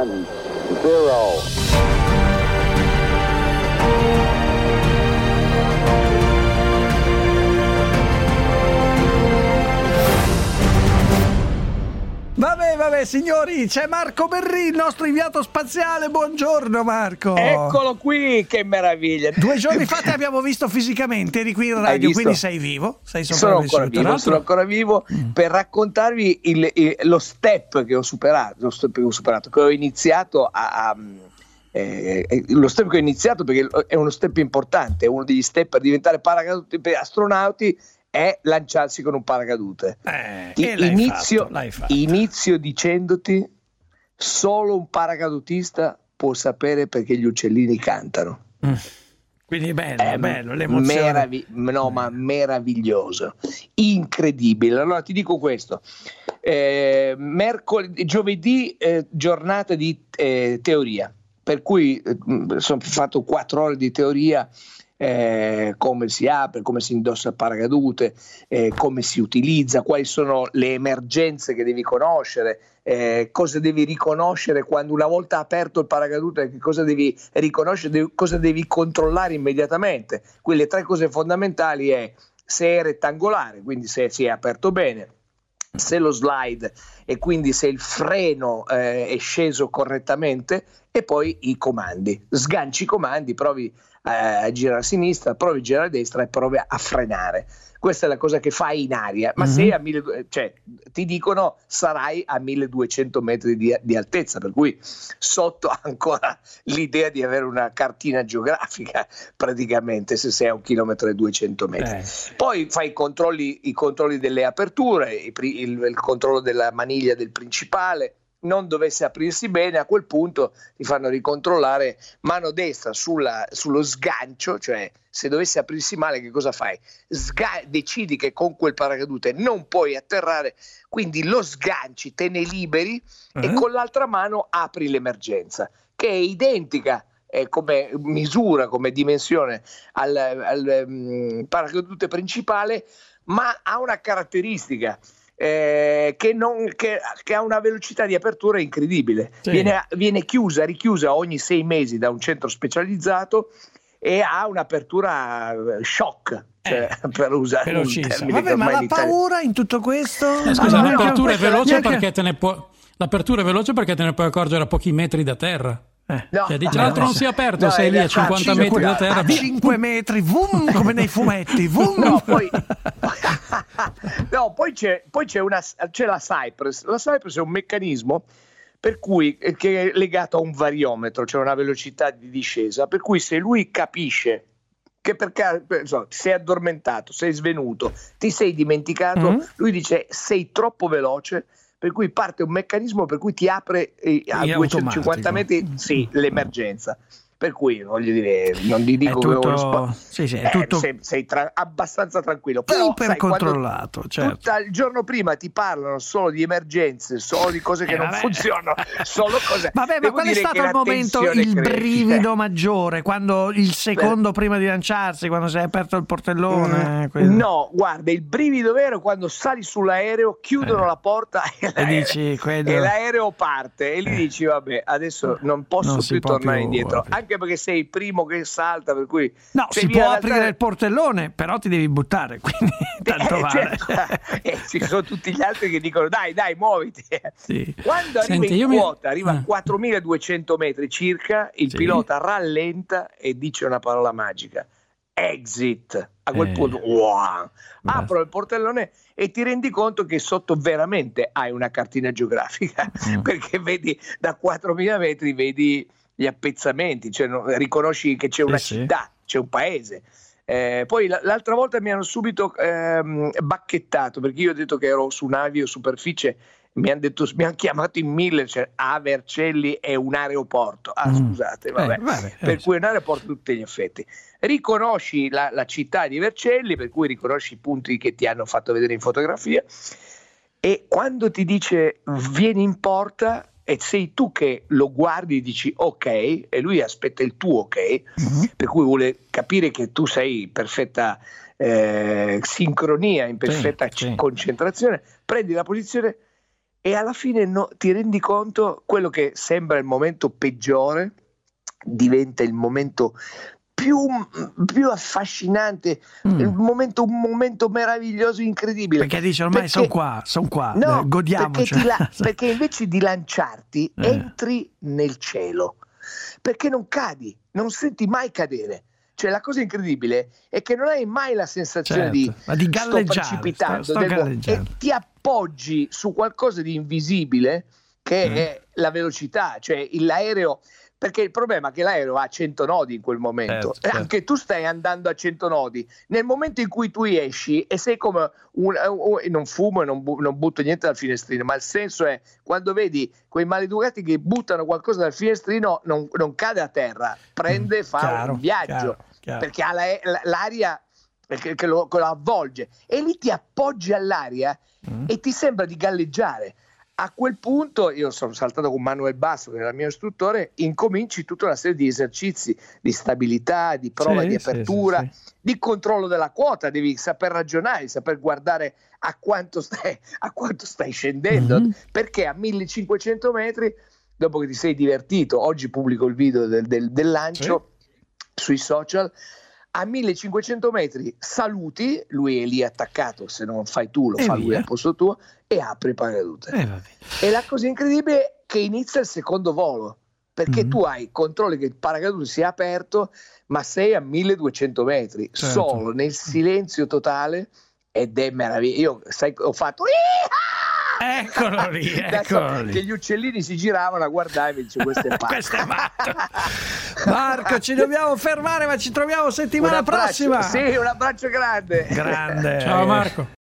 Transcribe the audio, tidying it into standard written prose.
Vabbè, signori, c'è Marco Berri, il nostro inviato spaziale. Buongiorno Marco. Eccolo qui, che meraviglia. 2 giorni fa ti abbiamo visto fisicamente, eri qui in radio, quindi sei vivo, sei sono ancora vivo per raccontarvi lo step che ho superato, che ho iniziato lo step che ho iniziato perché è uno step importante, è uno degli step per diventare astronauti, è lanciarsi con un paracadute. Inizio dicendoti: solo un paracadutista può sapere perché gli uccellini cantano. Quindi è bello l'emozione. Ma meraviglioso, incredibile. Allora ti dico questo: giovedì giornata di teoria, per cui sono fatto 4 ore di teoria. Come si apre, come si indossa il paracadute, come si utilizza, quali sono le emergenze che devi conoscere, cosa devi riconoscere quando una volta aperto il paracadute, che cosa devi riconoscere, cosa devi controllare immediatamente. Quelle 3 cose fondamentali è se è rettangolare, quindi se si è aperto bene, se lo slide e quindi se il freno è sceso correttamente, e poi i comandi. Sganci i comandi, provi a girare a sinistra, provi a girare a destra e provi a frenare. Questa è la cosa che fai in aria, ma sei a ti dicono sarai a 1200 metri di altezza, per cui sotto ancora l'idea di avere una cartina geografica praticamente, se sei a 1,2 km. Poi fai i controlli delle aperture, il controllo della maniglia del principale. Non dovesse aprirsi bene, a quel punto ti fanno ricontrollare mano destra sullo sgancio, cioè se dovesse aprirsi male che cosa fai? Decidi che con quel paracadute non puoi atterrare, quindi lo sganci, te ne liberi e con l'altra mano apri l'emergenza, che è identica come misura, come dimensione al paracadute principale, ma ha una caratteristica. Che ha una velocità di apertura incredibile. Viene richiusa ogni 6 mesi da un centro specializzato e ha un'apertura shock, per usare un termine. Vabbè, ma la paura in tutto questo? Scusa, l'apertura è veloce perché te ne puoi accorgere a pochi metri da terra. L'altro non si è aperto, sei lì a 50 metri da terra, a 5 metri, come nei fumetti. Poi c'è la Cypress. La Cypress è un meccanismo per cui che è legato a un variometro, cioè una velocità di discesa, per cui se lui capisce che ti sei addormentato, sei svenuto, ti sei dimenticato, lui dice sei troppo veloce, per cui parte un meccanismo per cui ti apre a 250 metri l'emergenza. Per cui voglio dire, non ti dico è tutto sei abbastanza tranquillo, però iper controllato, certo. Il giorno prima ti parlano solo di emergenze, solo di cose che non funzionano, solo cose. Vabbè, ma qual è stato il momento, il brivido maggiore, quando il secondo prima di lanciarsi, quando si è aperto il portellone? No, guarda, il brivido vero è quando sali sull'aereo, chiudono la porta e l'aereo parte e gli dici vabbè, adesso non posso più tornare indietro. Anche perché sei il primo che salta, per cui si può aprire il portellone, però ti devi buttare, quindi tanto vale. Ci sono tutti gli altri che dicono dai muoviti. Quando arriva a 4200 metri circa, il pilota rallenta e dice una parola magica: exit. A quel punto apro il portellone e ti rendi conto che sotto veramente hai una cartina geografica, perché vedi da 4000 metri, vedi gli appezzamenti, cioè riconosci che c'è una città, c'è un paese. Poi l'altra volta mi hanno subito bacchettato, perché io ho detto che ero su navi o superficie, mi hanno chiamato in 1000, cioè Vercelli è un aeroporto. Scusate, per cui è un aeroporto a tutti gli effetti. Riconosci la città di Vercelli, per cui riconosci i punti che ti hanno fatto vedere in fotografia, e quando ti dice vieni in porta e sei tu che lo guardi e dici ok, e lui aspetta il tuo ok, per cui vuole capire che tu sei in perfetta sincronia, in perfetta concentrazione, prendi la posizione e alla fine ti rendi conto quello che sembra il momento peggiore diventa il momento più affascinante, un momento meraviglioso, incredibile. Perché dici ormai sono qua, no, godiamoci. Perché invece di lanciarti entri nel cielo, perché non cadi, non senti mai cadere. Cioè la cosa incredibile è che non hai mai la sensazione di sto precipitando e ti appoggi su qualcosa di invisibile che è la velocità, cioè l'aereo. Perché il problema è che l'aereo ha 100 nodi in quel momento, e anche tu stai andando a 100 nodi. Nel momento in cui tu esci e sei come non fumo e non butto niente dal finestrino, ma il senso è quando vedi quei maleducati che buttano qualcosa dal finestrino, non cade a terra, prende e fa un viaggio, chiaro. Perché ha l'aria che lo avvolge, e lì ti appoggi all'aria e ti sembra di galleggiare. A quel punto io sono saltato con Manuel Basso, che era il mio istruttore, incominci tutta una serie di esercizi di stabilità, di prova di apertura, di controllo della quota, devi saper ragionare, saper guardare a quanto stai scendendo, perché a 1500 metri, dopo che ti sei divertito, oggi pubblico il video del lancio sui social, a 1500 metri saluti, lui è lì attaccato, se non fai tu lo fa lui al posto tuo, e apre il paracadute. E la cosa incredibile è che inizia il secondo volo, perché tu controlli che il paracadute sia aperto, ma sei a 1200 metri, solo nel silenzio totale, ed è meraviglioso. Io ho fatto... Eccolo lì. Che gli uccellini si giravano a guardarmi e dice questo è matto. Marco, ci dobbiamo fermare, ma ci troviamo settimana prossima. Sì, un abbraccio grande. Ciao Marco.